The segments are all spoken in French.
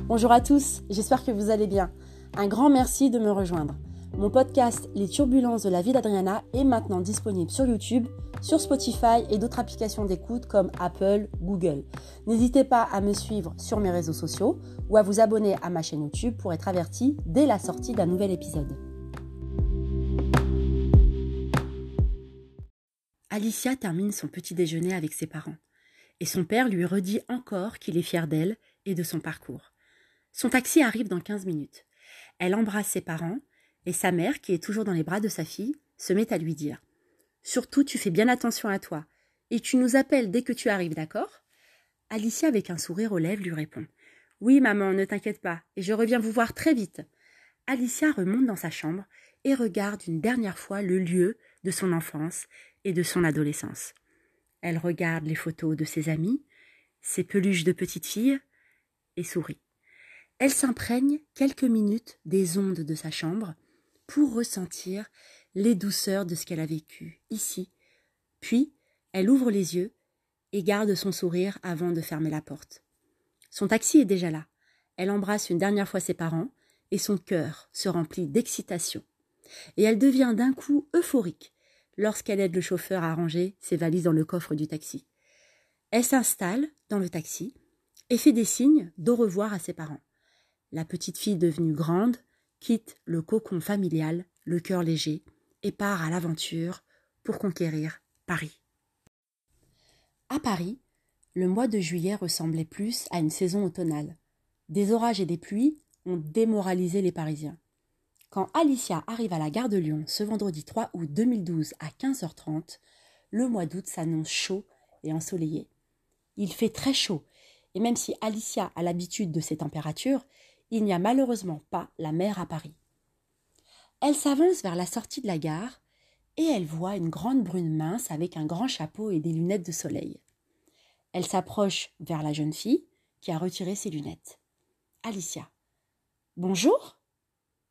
Bonjour à tous, j'espère que vous allez bien. Un grand merci de me rejoindre. Mon podcast Les turbulences de la vie d'Adriana est maintenant disponible sur YouTube, sur Spotify et d'autres applications d'écoute comme Apple, Google. N'hésitez pas à me suivre sur mes réseaux sociaux ou à vous abonner à ma chaîne YouTube pour être averti dès la sortie d'un nouvel épisode. Alicia termine son petit déjeuner avec ses parents et son père lui redit encore qu'il est fier d'elle et de son parcours. Son taxi arrive dans 15 minutes. Elle embrasse ses parents et sa mère, qui est toujours dans les bras de sa fille, se met à lui dire « Surtout, tu fais bien attention à toi et tu nous appelles dès que tu arrives, d'accord ?» Alicia, avec un sourire aux lèvres, lui répond « Oui, maman, ne t'inquiète pas et je reviens vous voir très vite. » Alicia remonte dans sa chambre et regarde une dernière fois le lieu de son enfance et de son adolescence. Elle regarde les photos de ses amis, ses peluches de petite fille et sourit. Elle s'imprègne quelques minutes des ondes de sa chambre pour ressentir les douceurs de ce qu'elle a vécu ici. Puis, elle ouvre les yeux et garde son sourire avant de fermer la porte. Son taxi est déjà là. Elle embrasse une dernière fois ses parents et son cœur se remplit d'excitation. Et elle devient d'un coup euphorique lorsqu'elle aide le chauffeur à ranger ses valises dans le coffre du taxi. Elle s'installe dans le taxi et fait des signes d'au revoir à ses parents. La petite fille devenue grande quitte le cocon familial, le cœur léger, et part à l'aventure pour conquérir Paris. À Paris, le mois de juillet ressemblait plus à une saison automnale. Des orages et des pluies ont démoralisé les Parisiens. Quand Alicia arrive à la gare de Lyon ce vendredi 3 août 2012 à 15h30, le mois d'août s'annonce chaud et ensoleillé. Il fait très chaud, et même si Alicia a l'habitude de ces températures, il n'y a malheureusement pas la mer à Paris. Elle s'avance vers la sortie de la gare et elle voit une grande brune mince avec un grand chapeau et des lunettes de soleil. Elle s'approche vers la jeune fille qui a retiré ses lunettes. Alicia. « Bonjour ? Malika ?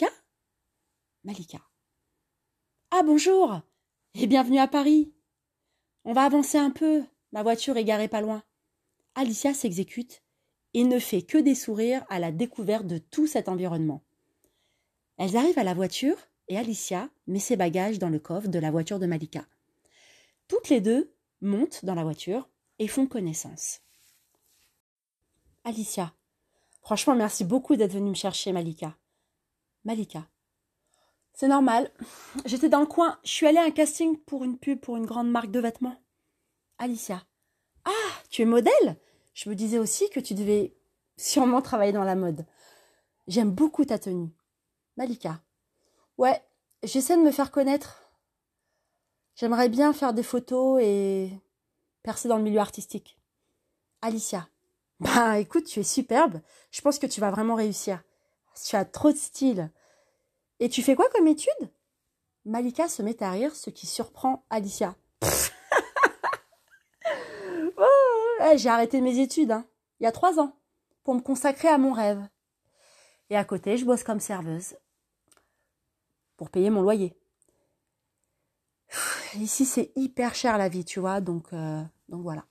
Malika. « Ah bonjour et bienvenue à Paris. On va avancer un peu, ma voiture est garée pas loin. » Alicia s'exécute et ne fait que des sourires à la découverte de tout cet environnement. Elles arrivent à la voiture et Alicia met ses bagages dans le coffre de la voiture de Malika. Toutes les deux montent dans la voiture et font connaissance. Alicia. Franchement, merci beaucoup d'être venue me chercher, Malika. Malika. C'est normal. J'étais dans le coin. Je suis allée à un casting pour une pub pour une grande marque de vêtements. Alicia. Ah, tu es modèle ? Je me disais aussi que tu devais sûrement travailler dans la mode. J'aime beaucoup ta tenue. Malika. Ouais, j'essaie de me faire connaître. J'aimerais bien faire des photos et percer dans le milieu artistique. Alicia. Bah écoute, tu es superbe. Je pense que tu vas vraiment réussir. Tu as trop de style. Et tu fais quoi comme étude ? Malika se met à rire, ce qui surprend Alicia. J'ai arrêté mes études, il y a 3 ans, pour me consacrer à mon rêve. Et à côté, je bosse comme serveuse, pour payer mon loyer. Ici, c'est hyper cher la vie, tu vois, donc voilà.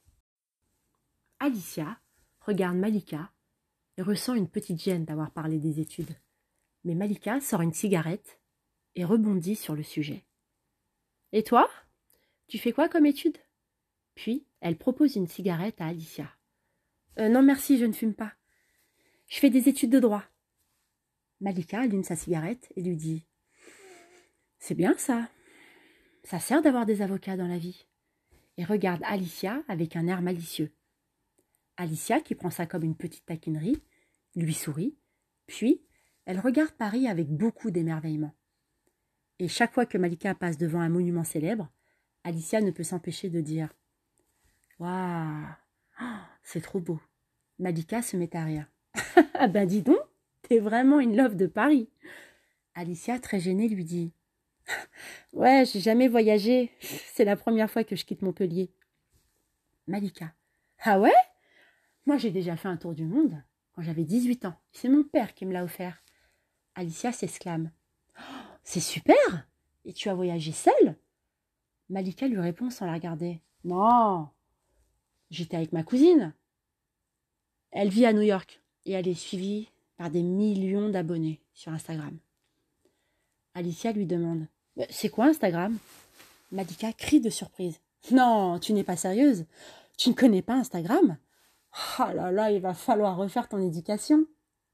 Alicia regarde Malika et ressent une petite gêne d'avoir parlé des études. Mais Malika sort une cigarette et rebondit sur le sujet. « Et toi ? Tu fais quoi comme études ?» Puis, elle propose une cigarette à Alicia. « Non merci, je ne fume pas. Je fais des études de droit. » Malika allume sa cigarette et lui dit « C'est bien ça. Ça sert d'avoir des avocats dans la vie. » Et regarde Alicia avec un air malicieux. Alicia, qui prend ça comme une petite taquinerie, lui sourit, puis elle regarde Paris avec beaucoup d'émerveillement. Et chaque fois que Malika passe devant un monument célèbre, Alicia ne peut s'empêcher de dire « Waouh, c'est trop beau. » Malika se met à rire. « Ah ben dis donc, t'es vraiment une love de Paris. » Alicia, très gênée, lui dit « Ouais, j'ai jamais voyagé. C'est la première fois que je quitte Montpellier. » Malika. « Ah ouais ? Moi, j'ai déjà fait un tour du monde quand j'avais 18 ans. C'est mon père qui me l'a offert. » Alicia s'exclame. « C'est super ! Et tu as voyagé seule ?» Malika lui répond sans la regarder. « Non, j'étais avec ma cousine. Elle vit à New York. et elle est suivie par des millions d'abonnés sur Instagram. Alicia lui demande « C'est quoi Instagram ?» Malika crie de surprise. « Non, tu n'es pas sérieuse? Tu ne connais pas Instagram? Ah là là, il va falloir refaire ton éducation. »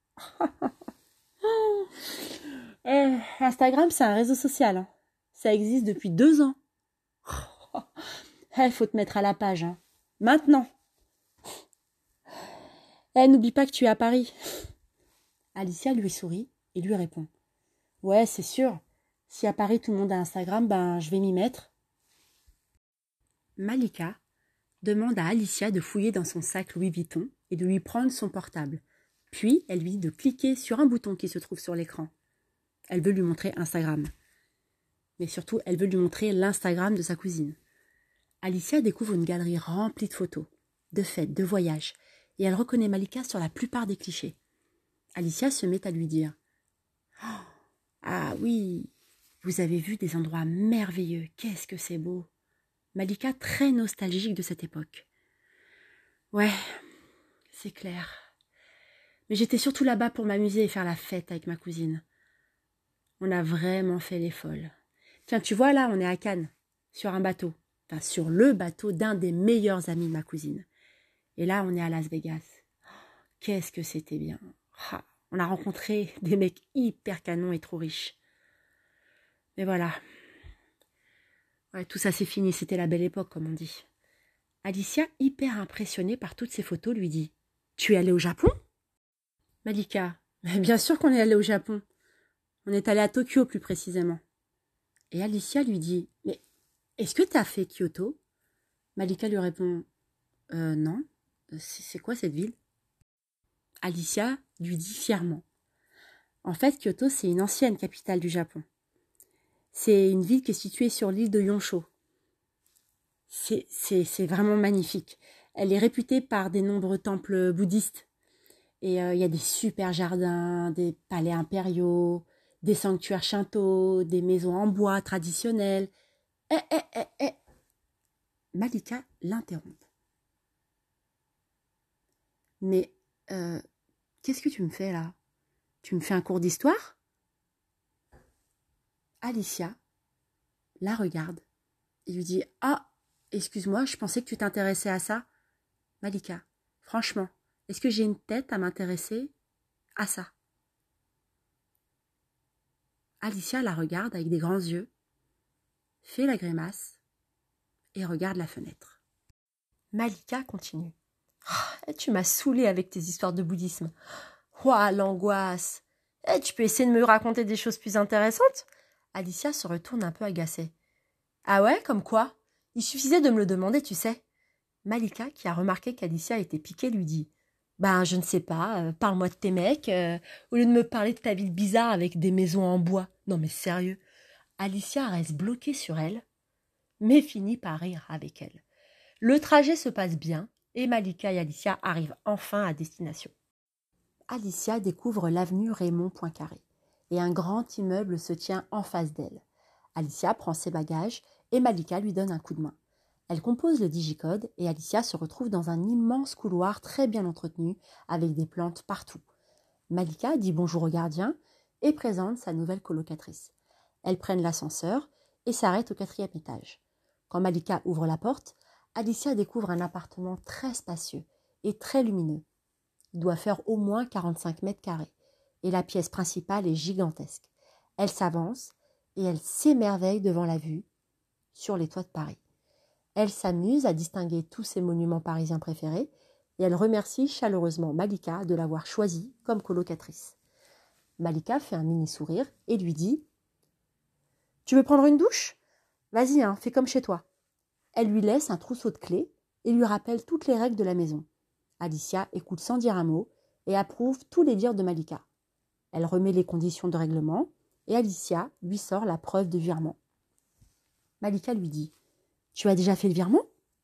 Instagram, c'est un réseau social. Hein. Ça existe depuis 2 ans. Il faut te mettre à la page. Hein. Maintenant. N'oublie pas que tu es à Paris. Alicia lui sourit et lui répond. Ouais, c'est sûr. Si à Paris tout le monde a Instagram, ben je vais m'y mettre. Malika demande à Alicia de fouiller dans son sac Louis Vuitton et de lui prendre son portable. Puis, elle lui dit de cliquer sur un bouton qui se trouve sur l'écran. Elle veut lui montrer Instagram. Mais surtout, elle veut lui montrer l'Instagram de sa cousine. Alicia découvre une galerie remplie de photos, de fêtes, de voyages, et elle reconnaît Malika sur la plupart des clichés. Alicia se met à lui dire « Oh, ah oui, vous avez vu des endroits merveilleux, qu'est-ce que c'est beau !» Malika très nostalgique de cette époque. « Ouais, c'est clair. Mais j'étais surtout là-bas pour m'amuser et faire la fête avec ma cousine. On a vraiment fait les folles. Tiens, tu vois là, on est à Cannes, sur un bateau. Enfin, sur le bateau d'un des meilleurs amis de ma cousine. Et là, on est à Las Vegas. Qu'est-ce que c'était bien. On a rencontré des mecs hyper canons et trop riches. Mais voilà. Ouais, tout ça c'est fini, c'était la belle époque, comme on dit. Alicia, hyper impressionnée par toutes ces photos, lui dit « Tu es allée au Japon ?» Malika, bien sûr qu'on est allé au Japon. On est allé à Tokyo plus précisément. Et Alicia lui dit « Mais est-ce que tu as fait Kyoto ?» Malika lui répond « Non, c'est quoi cette ville ?» Alicia lui dit fièrement « En fait, Kyoto, c'est une ancienne capitale du Japon. C'est une ville qui est située sur l'île de Honshu. C'est vraiment magnifique. Elle est réputée par des nombreux temples bouddhistes. Et il y a des super jardins, des palais impériaux, des sanctuaires shinto, des maisons en bois traditionnelles. Malika l'interrompt. Mais qu'est-ce que tu me fais là? Tu me fais un cours d'histoire? Alicia la regarde et lui dit « Ah, excuse-moi, je pensais que tu t'intéressais à ça. » Malika, franchement, est-ce que j'ai une tête à m'intéresser à ça? Alicia la regarde avec des grands yeux, fait la grimace et regarde la fenêtre. Malika continue. Oh, tu m'as saoulée avec tes histoires de bouddhisme. Ouah, l'angoisse. Tu peux essayer de me raconter des choses plus intéressantes? Alicia se retourne un peu agacée. Ah ouais, comme quoi? Il suffisait de me le demander, tu sais. Malika, qui a remarqué qu'Alicia était piquée, lui dit « Ben, je ne sais pas, parle-moi de tes mecs, au lieu de me parler de ta ville bizarre avec des maisons en bois. Non mais sérieux. » Alicia reste bloquée sur elle, mais finit par rire avec elle. Le trajet se passe bien, et Malika et Alicia arrivent enfin à destination. Alicia découvre l'avenue Raymond Poincaré, et un grand immeuble se tient en face d'elle. Alicia prend ses bagages, et Malika lui donne un coup de main. Elle compose le digicode et Alicia se retrouve dans un immense couloir très bien entretenu avec des plantes partout. Malika dit bonjour au gardien et présente sa nouvelle colocatrice. Elles prennent l'ascenseur et s'arrêtent au 4e étage. Quand Malika ouvre la porte, Alicia découvre un appartement très spacieux et très lumineux. Il doit faire au moins 45 mètres carrés et la pièce principale est gigantesque. Elle s'avance et elle s'émerveille devant la vue sur les toits de Paris. Elle s'amuse à distinguer tous ses monuments parisiens préférés et elle remercie chaleureusement Malika de l'avoir choisie comme colocatrice. Malika fait un mini-sourire et lui dit « Tu veux prendre une douche? Vas-y, fais comme chez toi. » Elle lui laisse un trousseau de clés et lui rappelle toutes les règles de la maison. Alicia écoute sans dire un mot et approuve tous les dires de Malika. Elle remet les conditions de règlement et Alicia lui sort la preuve de virement. Malika lui dit « Tu as déjà fait le virement ?»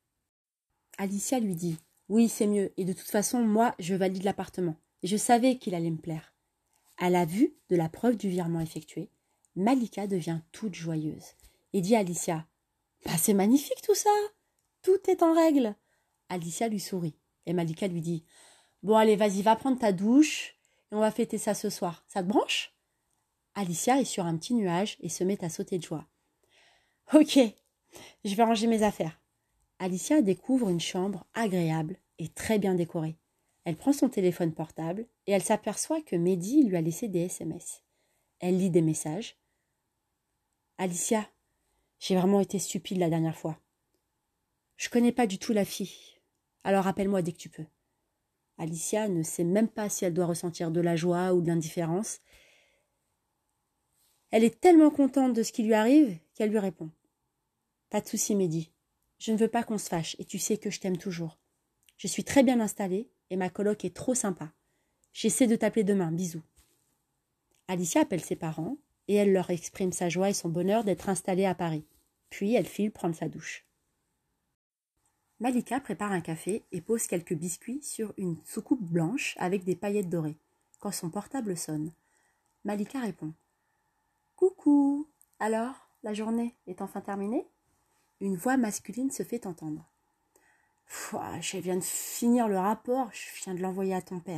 Alicia lui dit « Oui, c'est mieux, et de toute façon, moi, je valide l'appartement, et je savais qu'il allait me plaire. » À la vue de la preuve du virement effectué, Malika devient toute joyeuse et dit à Alicia « Bah, c'est magnifique tout ça, tout est en règle. » Alicia lui sourit, et Malika lui dit Bon, allez, vas-y, va prendre ta douche et on va fêter ça ce soir. Ça te branche? Alicia est sur un petit nuage et se met à sauter de joie. Ok, je vais ranger mes affaires. Alicia découvre une chambre agréable et très bien décorée. Elle prend son téléphone portable et elle s'aperçoit que Mehdi lui a laissé des SMS. Elle lit des messages. Alicia, j'ai vraiment été stupide la dernière fois. Je connais pas du tout la fille. Alors appelle-moi dès que tu peux. Alicia ne sait même pas si elle doit ressentir de la joie ou de l'indifférence. Elle est tellement contente de ce qui lui arrive qu'elle lui répond. Pas de souci, Mehdi. Je ne veux pas qu'on se fâche et tu sais que je t'aime toujours. Je suis très bien installée et ma coloc est trop sympa. J'essaie de t'appeler demain. Bisous. Alicia appelle ses parents et elle leur exprime sa joie et son bonheur d'être installée à Paris. Puis elle file prendre sa douche. Malika prépare un café et pose quelques biscuits sur une soucoupe blanche avec des paillettes dorées. Quand son portable sonne, Malika répond. « Coucou. Alors, la journée est enfin terminée ?» Une voix masculine se fait entendre. « Je viens de finir le rapport, je viens de l'envoyer à ton père. »«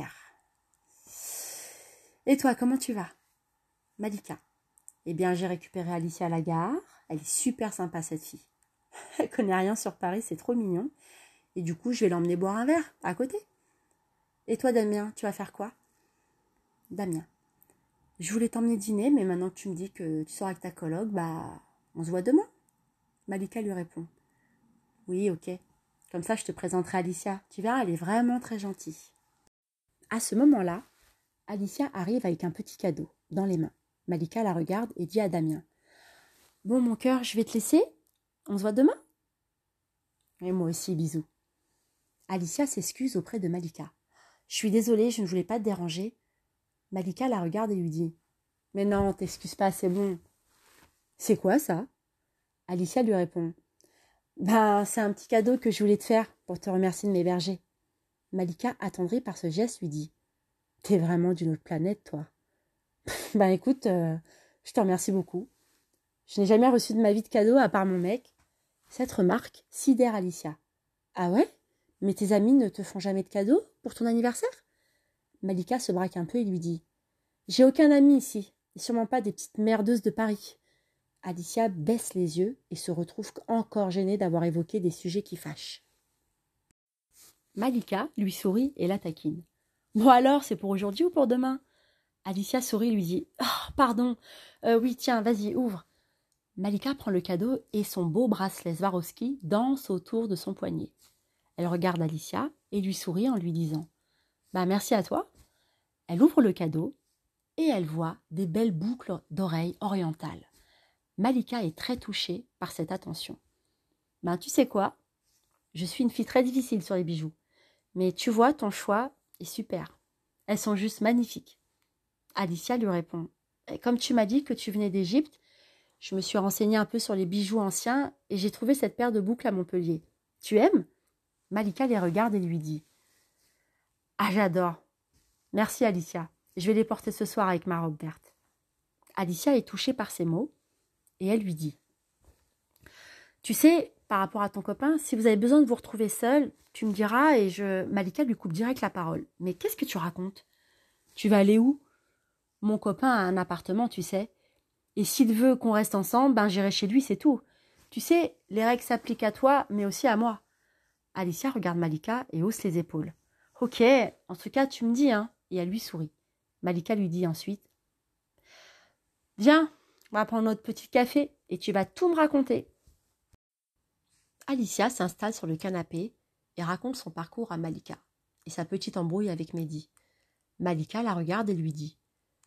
Et toi, comment tu vas ?» Malika. « Eh bien, j'ai récupéré Alicia à la gare. Elle est super sympa, cette fille. Elle connaît rien sur Paris, c'est trop mignon. Et du coup, je vais l'emmener boire un verre, à côté. Et toi, Damien, tu vas faire quoi ?» Damien. « Je voulais t'emmener dîner, mais maintenant que tu me dis que tu sors avec ta coloc, on se voit demain. » Malika lui répond. « Oui, ok. Comme ça, je te présenterai Alicia. Tu verras, elle est vraiment très gentille. » À ce moment-là, Alicia arrive avec un petit cadeau dans les mains. Malika la regarde et dit à Damien. « Bon, mon cœur, je vais te laisser. On se voit demain ?» Et moi aussi, bisous. Alicia s'excuse auprès de Malika. « Je suis désolée, je ne voulais pas te déranger. » Malika la regarde et lui dit. « Mais non, t'excuses pas, c'est bon. »« C'est quoi ça ?» Alicia lui répond. « C'est un petit cadeau que je voulais te faire pour te remercier de m'héberger. » Malika, attendrie par ce geste, lui dit. « T'es vraiment d'une autre planète, toi. » Écoute, je te remercie beaucoup. Je n'ai jamais reçu de ma vie de cadeau à part mon mec. Cette remarque sidère Alicia. « Ah ouais? Mais tes amis ne te font jamais de cadeaux pour ton anniversaire ?» Malika se braque un peu et lui dit. « J'ai aucun ami ici, et sûrement pas des petites merdeuses de Paris. » Alicia baisse les yeux et se retrouve encore gênée d'avoir évoqué des sujets qui fâchent. Malika lui sourit et la taquine. « Bon alors, c'est pour aujourd'hui ou pour demain ?» Alicia sourit et lui dit. « Oh, pardon. Oui, tiens, vas-y, ouvre. » Malika prend le cadeau et son beau bracelet Swarovski danse autour de son poignet. Elle regarde Alicia et lui sourit en lui disant. « Merci à toi. » Elle ouvre le cadeau et elle voit des belles boucles d'oreilles orientales. Malika est très touchée par cette attention. « Tu sais quoi? Je suis une fille très difficile sur les bijoux. Mais tu vois, ton choix est super. Elles sont juste magnifiques. » Alicia lui répond. « Comme tu m'as dit que tu venais d'Égypte, je me suis renseignée un peu sur les bijoux anciens et j'ai trouvé cette paire de boucles à Montpellier. Tu aimes ?» Malika les regarde et lui dit. « Ah, j'adore. Merci Alicia. Je vais les porter ce soir avec ma robe verte. » Alicia est touchée par ces mots et elle lui dit. « Tu sais, par rapport à ton copain, si vous avez besoin de vous retrouver seul, tu me diras et je... » Malika lui coupe direct la parole. « Mais qu'est-ce que tu racontes? Tu vas aller où? Mon copain a un appartement, tu sais. Et s'il veut qu'on reste ensemble, j'irai chez lui, c'est tout. Tu sais, les règles s'appliquent à toi, mais aussi à moi. » Alicia regarde Malika et hausse les épaules. « Ok, en tout cas, tu me dis, hein. » Et elle lui sourit. Malika lui dit ensuite. « Viens, on va prendre notre petit café et tu vas tout me raconter. » Alicia s'installe sur le canapé et raconte son parcours à Malika et sa petite embrouille avec Mehdi. Malika la regarde et lui dit.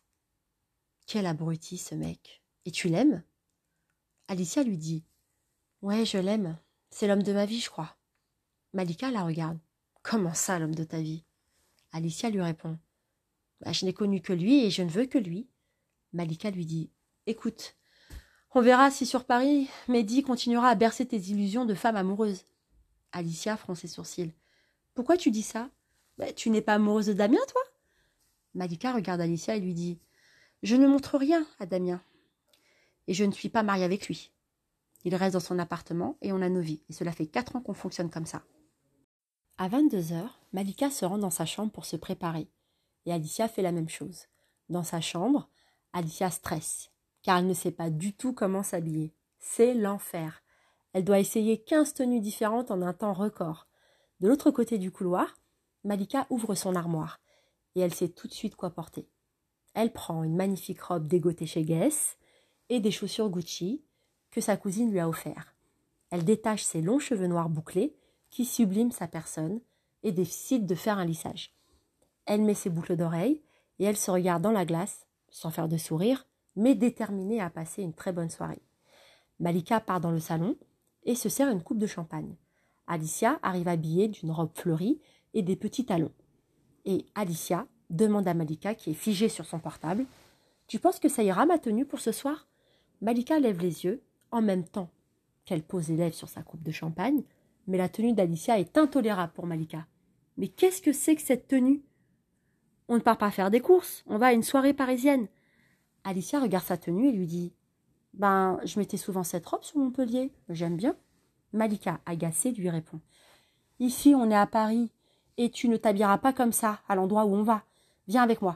« Quel abruti ce mec. Et tu l'aimes ?» Alicia lui dit. « Ouais, je l'aime. C'est l'homme de ma vie, je crois. » Malika la regarde. « Comment ça, l'homme de ta vie ?» Alicia lui répond. « Je n'ai connu que lui et je ne veux que lui. » Malika lui dit. « Écoute, on verra si sur Paris, Mehdi continuera à bercer tes illusions de femme amoureuse. » Alicia fronce ses sourcils. « Pourquoi tu dis ça? Tu n'es pas amoureuse de Damien, toi ?» Malika regarde Alicia et lui dit. « Je ne montre rien à Damien. Et je ne suis pas mariée avec lui. Il reste dans son appartement et on a nos vies. Et cela fait 4 ans qu'on fonctionne comme ça. » À 22h, Malika se rend dans sa chambre pour se préparer. Et Alicia fait la même chose. Dans sa chambre, Alicia stresse, car elle ne sait pas du tout comment s'habiller. C'est l'enfer. Elle doit essayer 15 tenues différentes en un temps record. De l'autre côté du couloir, Malika ouvre son armoire et elle sait tout de suite quoi porter. Elle prend une magnifique robe dégotée chez Guess et des chaussures Gucci que sa cousine lui a offert. Elle détache ses longs cheveux noirs bouclés qui subliment sa personne et décide de faire un lissage. Elle met ses boucles d'oreilles et elle se regarde dans la glace, sans faire de sourire, mais déterminée à passer une très bonne soirée. Malika part dans le salon et se sert une coupe de champagne. Alicia arrive habillée d'une robe fleurie et des petits talons. Et Alicia demande à Malika, qui est figée sur son portable, « Tu penses que ça ira ma tenue pour ce soir ?» Malika lève les yeux en même temps qu'elle pose les lèvres sur sa coupe de champagne, mais la tenue d'Alicia est intolérable pour Malika. « Mais qu'est-ce que c'est que cette tenue ? On ne part pas faire des courses, on va à une soirée parisienne. » Alicia regarde sa tenue et lui dit « Ben, je mettais souvent cette robe sur Montpellier, j'aime bien. » Malika, agacée, lui répond « Ici, on est à Paris, et tu ne t'habilleras pas comme ça à l'endroit où on va. Viens avec moi. »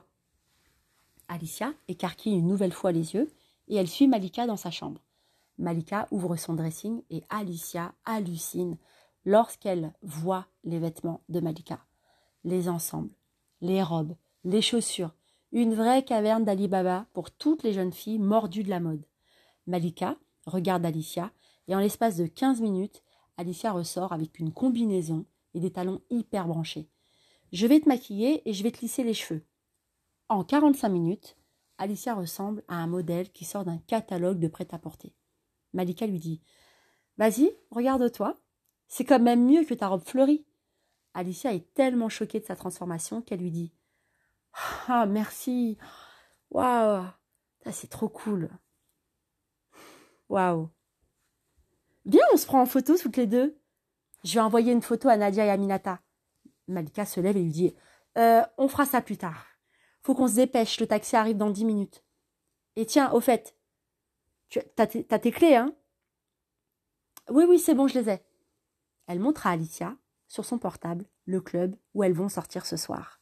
Alicia écarquille une nouvelle fois les yeux et elle suit Malika dans sa chambre. Malika ouvre son dressing et Alicia hallucine lorsqu'elle voit les vêtements de Malika. Les ensembles, les robes, les chaussures, une vraie caverne d'Ali Baba pour toutes les jeunes filles mordues de la mode. Malika regarde Alicia et en l'espace de 15 minutes, Alicia ressort avec une combinaison et des talons hyper branchés. « Je vais te maquiller et je vais te lisser les cheveux. » En 45 minutes, Alicia ressemble à un modèle qui sort d'un catalogue de prêt-à-porter. Malika lui dit « Vas-y, regarde-toi, c'est quand même mieux que ta robe fleurie. » Alicia est tellement choquée de sa transformation qu'elle lui dit « Ah, merci, waouh, c'est trop cool. Waouh. Viens, on se prend en photo toutes les deux. Je vais envoyer une photo à Nadia et Aminata. » Malika se lève et lui dit « On fera ça plus tard. Faut qu'on se dépêche, le taxi arrive dans 10 minutes. Et tiens, au fait, t'as tes clés, hein ?»« Oui, c'est bon, je les ai. » Elle montre à Alicia, sur son portable, le club où elles vont sortir ce soir.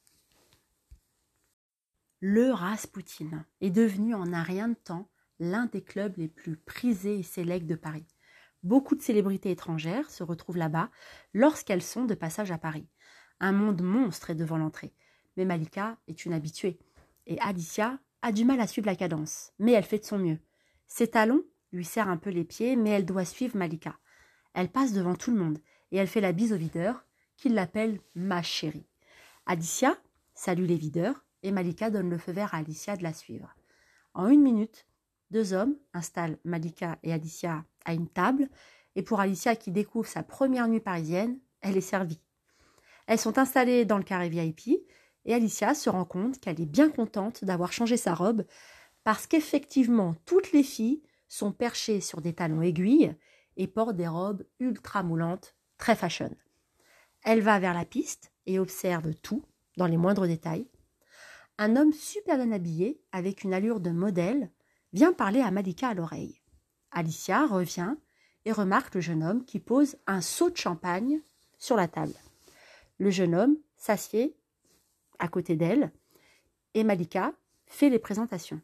Le Rasputin est devenu en un rien de temps l'un des clubs les plus prisés et sélects de Paris. Beaucoup de célébrités étrangères se retrouvent là-bas lorsqu'elles sont de passage à Paris. Un monde monstre est devant l'entrée. Mais Malika est une habituée. Et Alicia a du mal à suivre la cadence, mais elle fait de son mieux. Ses talons lui serrent un peu les pieds, mais elle doit suivre Malika. Elle passe devant tout le monde et elle fait la bise au videur, qui l'appelle « ma chérie ». Alicia salue les videurs et Malika donne le feu vert à Alicia de la suivre. En 1 minute, 2 hommes installent Malika et Alicia à une table et pour Alicia qui découvre sa première nuit parisienne, elle est servie. Elles sont installées dans le carré VIP et Alicia se rend compte qu'elle est bien contente d'avoir changé sa robe parce qu'effectivement, toutes les filles sont perchées sur des talons aiguilles et portent des robes ultra moulantes, très fashion. Elle va vers la piste et observe tout, dans les moindres détails. Un homme super bien habillé, avec une allure de modèle, vient parler à Malika à l'oreille. Alicia revient et remarque le jeune homme qui pose un seau de champagne sur la table. Le jeune homme s'assied à côté d'elle et Malika fait les présentations.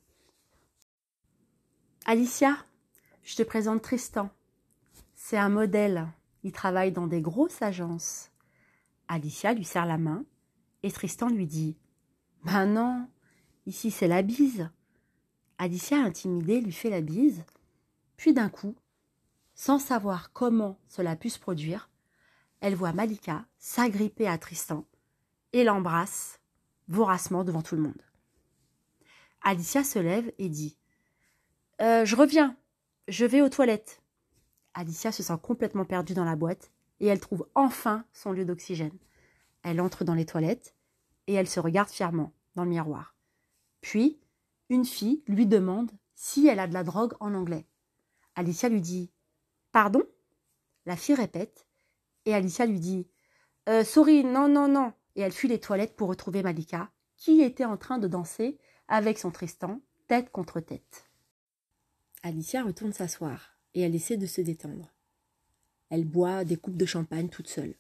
« Alicia, je te présente Tristan. C'est un modèle. Il travaille dans des grosses agences. » Alicia lui serre la main et Tristan lui dit « Ben non, ici c'est la bise. » Alicia, intimidée, lui fait la bise. Puis d'un coup, sans savoir comment cela a pu se produire, elle voit Malika s'agripper à Tristan et l'embrasse voracement devant tout le monde. Alicia se lève et dit « Je reviens, je vais aux toilettes. » Alicia se sent complètement perdue dans la boîte et elle trouve enfin son lieu d'oxygène. Elle entre dans les toilettes et elle se regarde fièrement dans le miroir. Puis, une fille lui demande si elle a de la drogue en anglais. Alicia lui dit « Pardon ?» La fille répète et Alicia lui dit « Sorry, non » et elle fuit les toilettes pour retrouver Malika qui était en train de danser avec son Tristan tête contre tête. Alicia retourne s'asseoir et elle essaie de se détendre. Elle boit des coupes de champagne toute seule.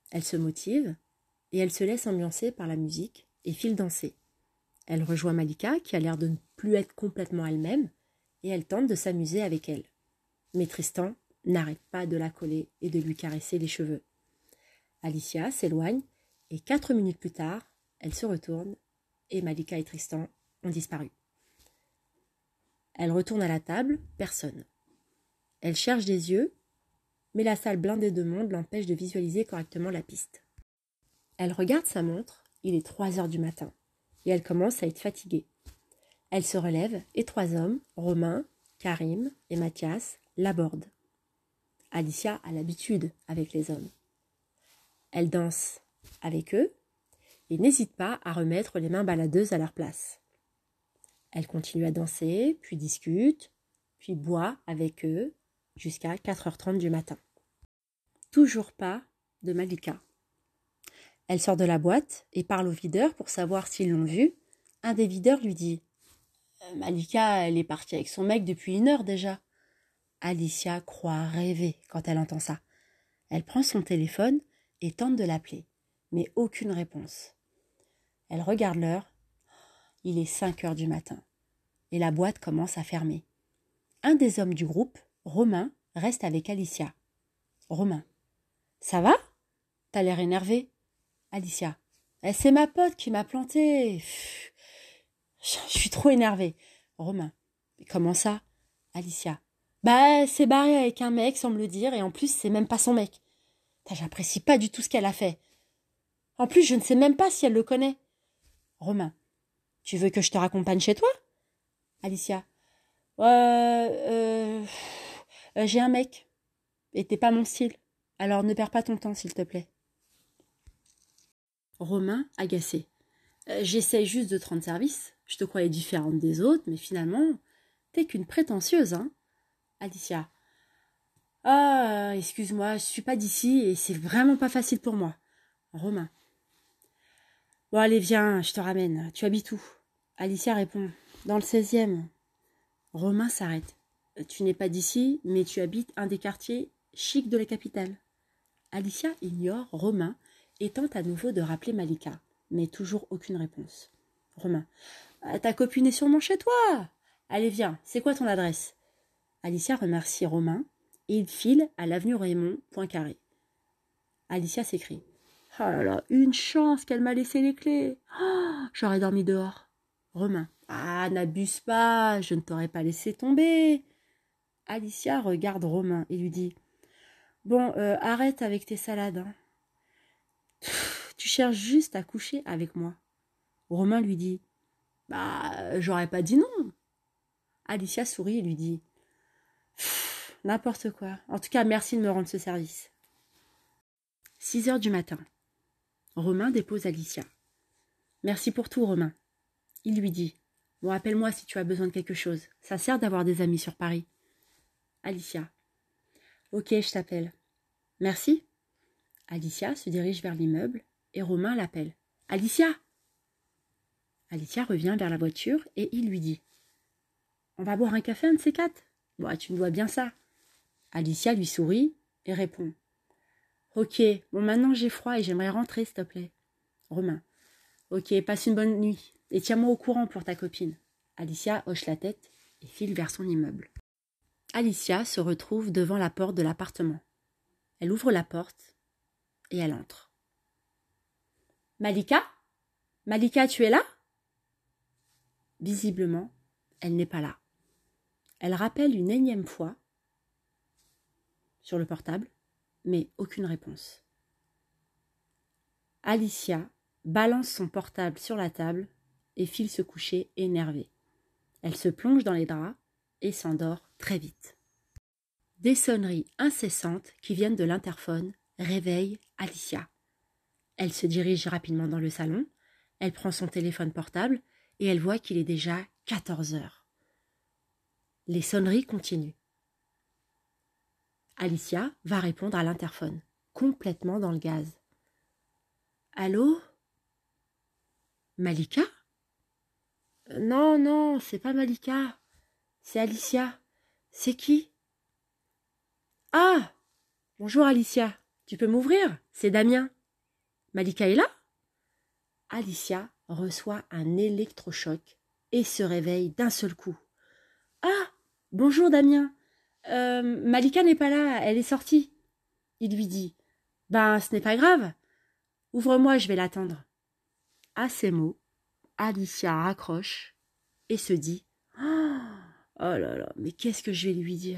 Elle se motive et elle se laisse ambiancer par la musique et file danser. Elle rejoint Malika qui a l'air de ne plus être complètement elle-même et elle tente de s'amuser avec elle. Mais Tristan n'arrête pas de la coller et de lui caresser les cheveux. Alicia s'éloigne et 4 minutes plus tard, elle se retourne et Malika et Tristan ont disparu. Elle retourne à la table, personne. Elle cherche des yeux, mais la salle blindée de monde l'empêche de visualiser correctement la piste. Elle regarde sa montre, il est 3 heures du matin, et elle commence à être fatiguée. Elle se relève et 3 hommes, Romain, Karim et Mathias, l'abordent. Alicia a l'habitude avec les hommes. Elle danse avec eux et n'hésite pas à remettre les mains baladeuses à leur place. Elle continue à danser, puis discute, puis boit avec eux jusqu'à 4h30 du matin. Toujours pas de Malika. Elle sort de la boîte et parle aux videurs pour savoir s'ils l'ont vue. Un des videurs lui dit « Malika, elle est partie avec son mec depuis 1 heure déjà. » Alicia croit rêver quand elle entend ça. Elle prend son téléphone et tente de l'appeler, mais aucune réponse. Elle regarde l'heure. Il est 5 heures du matin et la boîte commence à fermer. Un des hommes du groupe, Romain, reste avec Alicia. Romain. « Ça va ? T'as l'air énervé. » Alicia. « C'est ma pote qui m'a planté. Je suis trop énervée. » Romain. « Comment ça ? » Alicia. « Elle s'est barrée avec un mec sans me le dire et en plus c'est même pas son mec. J'apprécie pas du tout ce qu'elle a fait. En plus je ne sais même pas si elle le connaît. » Romain. « Tu veux que je te raccompagne chez toi ? » Alicia. J'ai un mec. Et t'es pas mon style. Alors ne perds pas ton temps, s'il te plaît. » Romain, agacé. J'essaye juste de te rendre service. Je te croyais différente des autres, mais finalement, t'es qu'une prétentieuse, hein. Alicia. Excuse-moi, je suis pas d'ici et c'est vraiment pas facile pour moi. Romain. Bon, allez, viens, je te ramène. Tu habites où ? Alicia répond. Dans le 16e. Romain s'arrête. Tu n'es pas d'ici, mais tu habites un des quartiers chics de la capitale. Alicia ignore Romain et tente à nouveau de rappeler Malika, mais toujours aucune réponse. Romain. Ta copine est sûrement chez toi. Allez, viens, c'est quoi ton adresse ? Alicia remercie Romain et il file à l'avenue Raymond, Poincaré. Alicia s'écrie. Oh là là, une chance qu'elle m'a laissé les clés. Oh, j'aurais dormi dehors. Romain. N'abuse pas, je ne t'aurais pas laissé tomber. Alicia regarde Romain et lui dit. Bon, arrête avec tes salades. Hein. Tu cherches juste à coucher avec moi. Romain lui dit. J'aurais pas dit non. Alicia sourit et lui dit. N'importe quoi. En tout cas, merci de me rendre ce service. 6 heures du matin. Romain dépose Alicia. Merci pour tout, Romain. Il lui dit. Bon, appelle-moi si tu as besoin de quelque chose. Ça sert d'avoir des amis sur Paris. Alicia. Ok, je t'appelle. Merci. Alicia se dirige vers l'immeuble et Romain l'appelle. Alicia. Alicia revient vers la voiture et il lui dit. On va boire un café, un de ces 4 ? Bon, tu me dois bien ça. Alicia lui sourit et répond. Ok, bon maintenant j'ai froid et j'aimerais rentrer s'il te plaît. Romain. Ok, passe une bonne nuit et tiens-moi au courant pour ta copine. Alicia hoche la tête et file vers son immeuble. Alicia se retrouve devant la porte de l'appartement. Elle ouvre la porte et elle entre. Malika ? Malika, tu es là ? Visiblement, elle n'est pas là. Elle rappelle une énième fois sur le portable, mais aucune réponse. Alicia balance son portable sur la table et file se coucher énervée. Elle se plonge dans les draps et s'endort très vite. Des sonneries incessantes qui viennent de l'interphone réveillent Alicia. Elle se dirige rapidement dans le salon, elle prend son téléphone portable et elle voit qu'il est déjà 14 heures. Les sonneries continuent. Alicia va répondre à l'interphone, complètement dans le gaz. Allô ? Malika ? Non, c'est pas Malika. C'est Alicia. C'est qui ? Ah ! Bonjour Alicia. Tu peux m'ouvrir ? C'est Damien. Malika est là ?» Alicia reçoit un électrochoc et se réveille d'un seul coup. « Ah, bonjour Damien. Malika n'est pas là, elle est sortie. » Il lui dit. « Ben, ce n'est pas grave. Ouvre-moi, je vais l'attendre. » À ces mots, Alicia raccroche et se dit « Oh là là, mais qu'est-ce que je vais lui dire ?»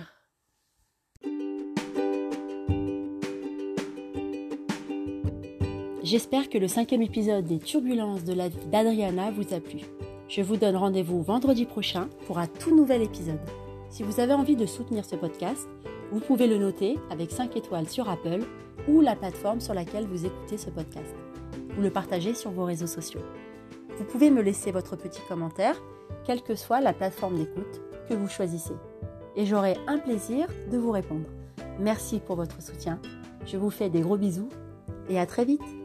J'espère que le 5e épisode des Turbulences de la vie d'Adriana vous a plu. Je vous donne rendez-vous vendredi prochain pour un tout nouvel épisode. Si vous avez envie de soutenir ce podcast, vous pouvez le noter avec 5 étoiles sur Apple ou la plateforme sur laquelle vous écoutez ce podcast, ou le partager sur vos réseaux sociaux. Vous pouvez me laisser votre petit commentaire, quelle que soit la plateforme d'écoute que vous choisissez. Et j'aurai un plaisir de vous répondre. Merci pour votre soutien. Je vous fais des gros bisous et à très vite.